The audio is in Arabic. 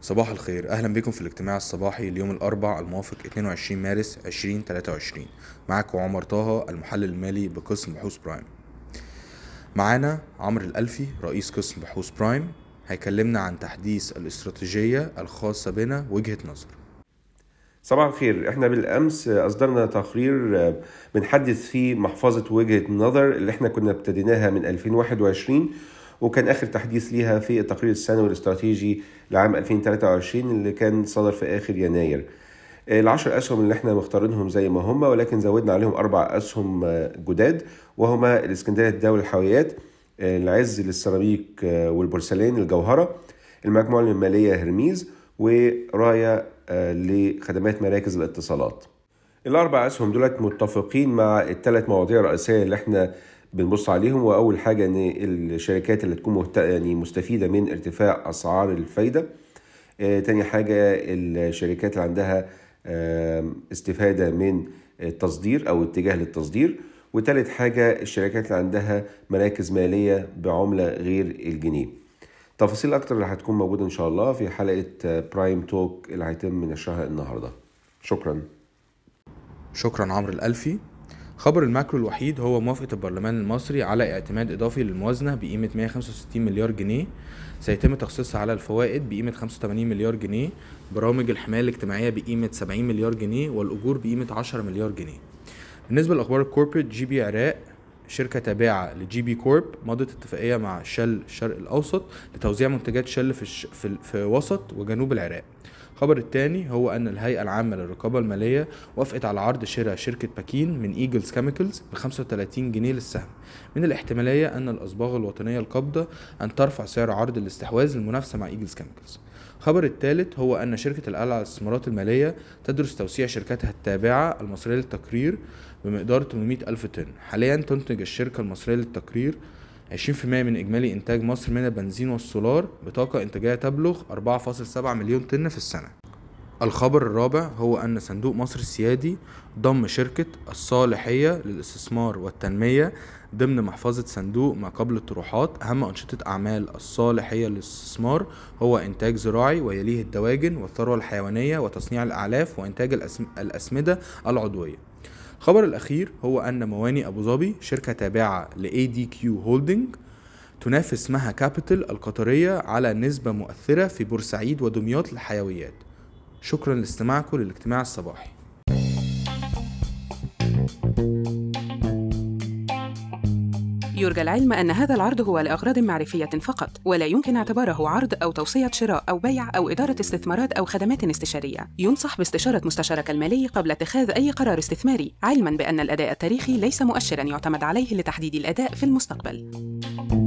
صباح الخير، أهلا بكم في الاجتماع الصباحي اليوم الأربع الموافق 22 مارس 2023. معكم عمر طه، المحلل المالي بقسم بحوث برايم. معانا عمرو الألفي رئيس قسم بحوث برايم، هيكلمنا عن تحديث الاستراتيجية الخاصة بنا وجهة نظر. صباح الخير. احنا بالامس اصدرنا تقرير بنحدث فيه محفظة وجهة النظر اللي احنا كنا ابتديناها من 2021، وكان اخر تحديث ليها في التقرير السنوي الاستراتيجي لعام 2023 اللي كان صدر في اخر يناير. العشر اسهم اللي احنا مختارينهم زي ما هم، ولكن زودنا عليهم 4 اسهم جداد، وهما الاسكندرية الدولة الحاويات، العز للسيراميك والبورسلين الجوهرة، المجموعة المالية هرميز، ورايا لخدمات مراكز الاتصالات. ال4 أسهم دولت متفقين مع ال3 مواضيع الرئيسية اللي احنا بنبص عليهم. وأول حاجة إن الشركات اللي تكون مستفيدة من ارتفاع أسعار الفايدة. تاني حاجة الشركات اللي عندها استفادة من التصدير أو اتجاه للتصدير. وتالت حاجة الشركات اللي عندها مراكز مالية بعملة غير الجنيه. تفاصيل أكتر اللي هتكون موجودة إن شاء الله في حلقة برايم توك اللي هيتم نشرها النهاردة. شكرا عمرو الألفي. خبر الماكرو الوحيد هو موافقة البرلمان المصري على اعتماد إضافي للموازنة بقيمة 165 مليار جنيه، سيتم تخصيصها على الفوائد بقيمة 85 مليار جنيه، برامج الحماية الاجتماعية بقيمة 70 مليار جنيه، والأجور بقيمة 10 مليار جنيه. بالنسبة للأخبار الكوربريت، جي بي عراق شركة تابعة لجي بي كورب مضت اتفاقية مع شل الشرق الأوسط لتوزيع منتجات شل في وسط وجنوب العراق. الخبر الثاني هو أن الهيئة العامة للرقابة المالية وافقت على عرض شراء شركة باكين من إيجلز كيميكالز ب 35 جنيه للسهم، من الاحتمالية أن الأصباغ الوطنية القابضة أن ترفع سعر عرض الاستحواذ للمنافسة مع إيجلز كيميكالز. الخبر الثالث هو أن شركة القلعة للاستثمارات المالية تدرس توسيع شركتها التابعة المصرية للتقرير بمقدار 800 ألف طن. حاليا تنتج الشركة المصرية للتقرير 20% من إجمالي إنتاج مصر من البنزين والسولار بطاقة إنتاجية تبلغ 4.7 مليون طن في السنة. الخبر الرابع هو أن صندوق مصر السيادي ضم شركة الصالحية للاستثمار والتنمية ضمن محفظة صندوق ما قبل الطروحات. أهم أنشطة أعمال الصالحية للاستثمار هو إنتاج زراعي، ويليه الدواجن والثروة الحيوانية وتصنيع الأعلاف وإنتاج الأسمدة العضوية. الخبر الأخير هو أن مواني أبو ظبي شركة تابعة ل ADQ هولدنج تنافس مها كابيتال القطرية على نسبة مؤثرة في بورسعيد ودمياط للحيويات. شكرا لاستماعكم للاجتماع الصباحي. يرجى العلم أن هذا العرض هو لأغراض معرفية فقط، ولا يمكن اعتباره عرض أو توصية شراء أو بيع أو إدارة استثمارات أو خدمات استشارية. ينصح باستشارة مستشارك المالي قبل اتخاذ أي قرار استثماري، علماً بأن الأداء التاريخي ليس مؤشراً يعتمد عليه لتحديد الأداء في المستقبل.